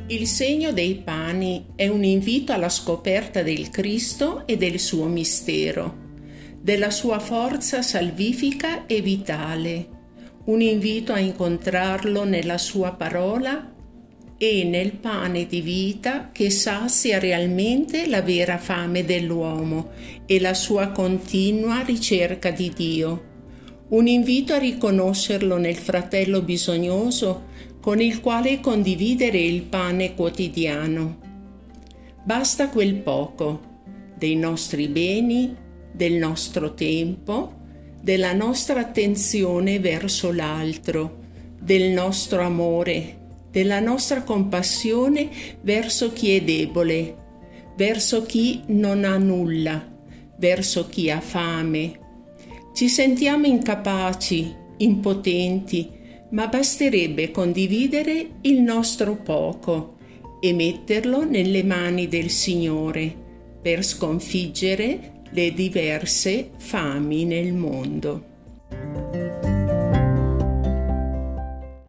Il segno dei pani è un invito alla scoperta del Cristo e del suo mistero, della sua forza salvifica e vitale, un invito a incontrarlo nella sua parola e nel pane di vita che sazia realmente la vera fame dell'uomo e la sua continua ricerca di Dio. Un invito a riconoscerlo nel fratello bisognoso con il quale condividere il pane quotidiano. Basta quel poco dei nostri beni, del nostro tempo, della nostra attenzione verso l'altro, del nostro amore, della nostra compassione verso chi è debole, verso chi non ha nulla, verso chi ha fame. Ci sentiamo incapaci, impotenti, ma basterebbe condividere il nostro poco e metterlo nelle mani del Signore per sconfiggere le diverse fami nel mondo.